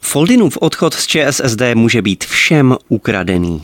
Foldinův odchod z ČSSD může být všem ukradený.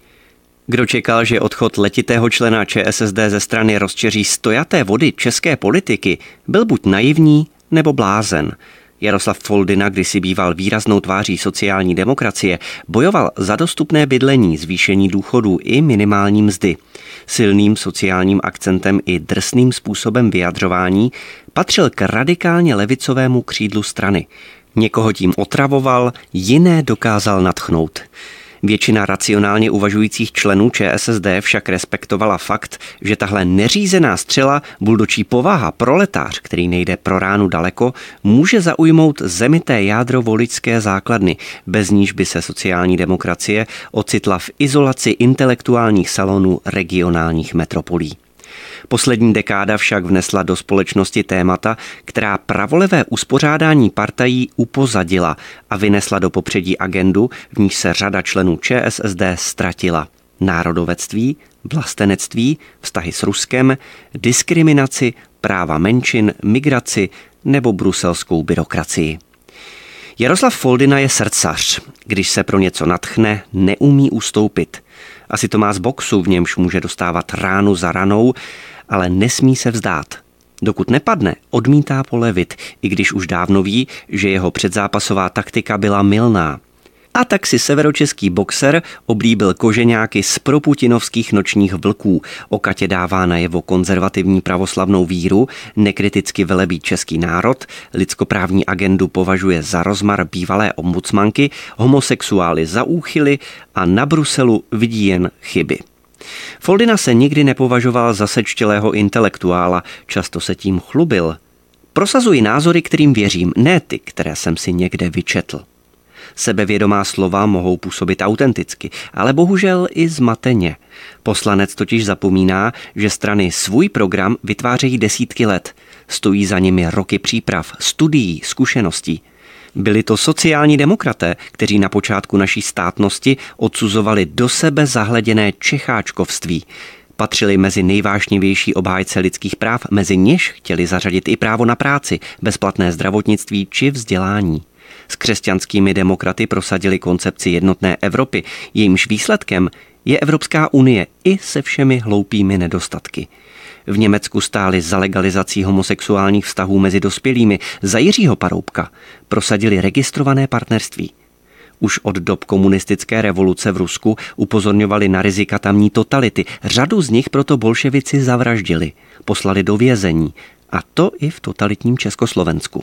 Kdo čekal, že odchod letitého člena ČSSD ze strany rozčeří stojaté vody české politiky, byl buď naivní, nebo blázen. Jaroslav Foldina, kdysi býval výraznou tváří sociální demokracie, bojoval za dostupné bydlení, zvýšení důchodů i minimální mzdy. Silným sociálním akcentem i drsným způsobem vyjadřování patřil k radikálně levicovému křídlu strany. Někoho tím otravoval, jiné dokázal nadchnout. Většina racionálně uvažujících členů ČSSD však respektovala fakt, že tahle neřízená střela, buldočí povaha, proletář, který nejde pro ránu daleko, může zaujmout zemité jádro voličské základny, bez níž by se sociální demokracie ocitla v izolaci intelektuálních salonů regionálních metropolí. Poslední dekáda však vnesla do společnosti témata, která pravolevé uspořádání partají upozadila a vynesla do popředí agendu, v níž se řada členů ČSSD ztratila. Národovectví, vlastenectví, vztahy s Ruskem, diskriminaci, práva menšin, migraci nebo bruselskou byrokracii. Jaroslav Foldina je srdcař. Když se pro něco nadchne, neumí ustoupit. Asi to má z boxu, v němž může dostávat ránu za ranou, ale nesmí se vzdát. Dokud nepadne, odmítá polevit, i když už dávno ví, že jeho předzápasová taktika byla mylná. A tak si severočeský boxer oblíbil koženáky z proputinovských nočních vlků, okatě dává najevo konzervativní pravoslavnou víru, nekriticky velebí český národ, lidskoprávní agendu považuje za rozmar bývalé ombudsmanky, homosexuály za úchyly a na Bruselu vidí jen chyby. Foldina se nikdy nepovažoval za sečtělého intelektuála, často se tím chlubil. Prosazuji názory, kterým věřím, ne ty, které jsem si někde vyčetl. Sebevědomá slova mohou působit autenticky, ale bohužel i zmateně. Poslanec totiž zapomíná, že strany svůj program vytvářejí desítky let. Stojí za nimi roky příprav, studií, zkušeností. Byli to sociální demokraté, kteří na počátku naší státnosti odsuzovali do sebe zahleděné čecháčkovství. Patřili mezi nejvášnivější obhájce lidských práv, mezi něž chtěli zařadit i právo na práci, bezplatné zdravotnictví či vzdělání. S křesťanskými demokraty prosadili koncepci jednotné Evropy, jejímž výsledkem je Evropská unie i se všemi hloupými nedostatky. V Německu stáli za legalizací homosexuálních vztahů mezi dospělými, za Jiřího Paroubka prosadili registrované partnerství. Už od dob komunistické revoluce v Rusku upozorňovali na rizika tamní totality, řadu z nich proto bolševici zavraždili, poslali do vězení, a to i v totalitním Československu.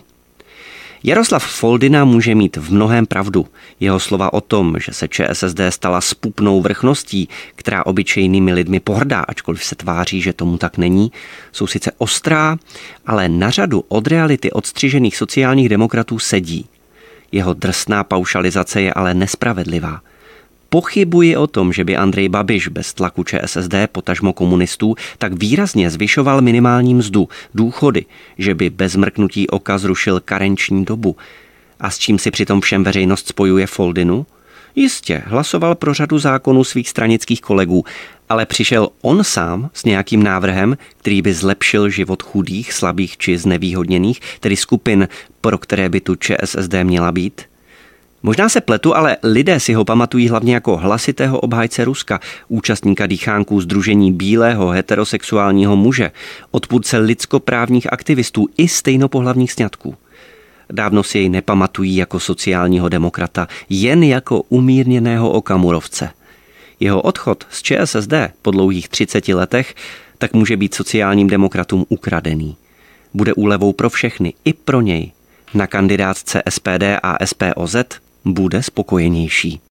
Jaroslav Foldina může mít v mnohém pravdu. Jeho slova o tom, že se ČSSD stala zpupnou vrchností, která obyčejnými lidmi pohrdá, ačkoliv se tváří, že tomu tak není, jsou sice ostrá, ale na řadu od reality odstřižených sociálních demokratů sedí. Jeho drsná paušalizace je ale nespravedlivá. Pochybuji o tom, že by Andrej Babiš bez tlaku ČSSD, potažmo komunistů, tak výrazně zvyšoval minimální mzdu, důchody, že by bez mrknutí oka zrušil karenční dobu. A s čím si přitom všem veřejnost spojuje Foldinu? Jistě, hlasoval pro řadu zákonů svých stranických kolegů, ale přišel on sám s nějakým návrhem, který by zlepšil život chudých, slabých či znevýhodněných, tedy skupin, pro které by tu ČSSD měla být? Možná se pletu, ale lidé si ho pamatují hlavně jako hlasitého obhájce Ruska, účastníka dýchánků sdružení bílého heterosexuálního muže, odpůrce lidskoprávních aktivistů i stejnopohlavních sňatků. Dávno si jej nepamatují jako sociálního demokrata, jen jako umírněného okamurovce. Jeho odchod z ČSSD po dlouhých 30 letech tak může být sociálním demokratům ukradený. Bude úlevou pro všechny, i pro něj. Na kandidátce SPD a SPOZ bude spokojenější.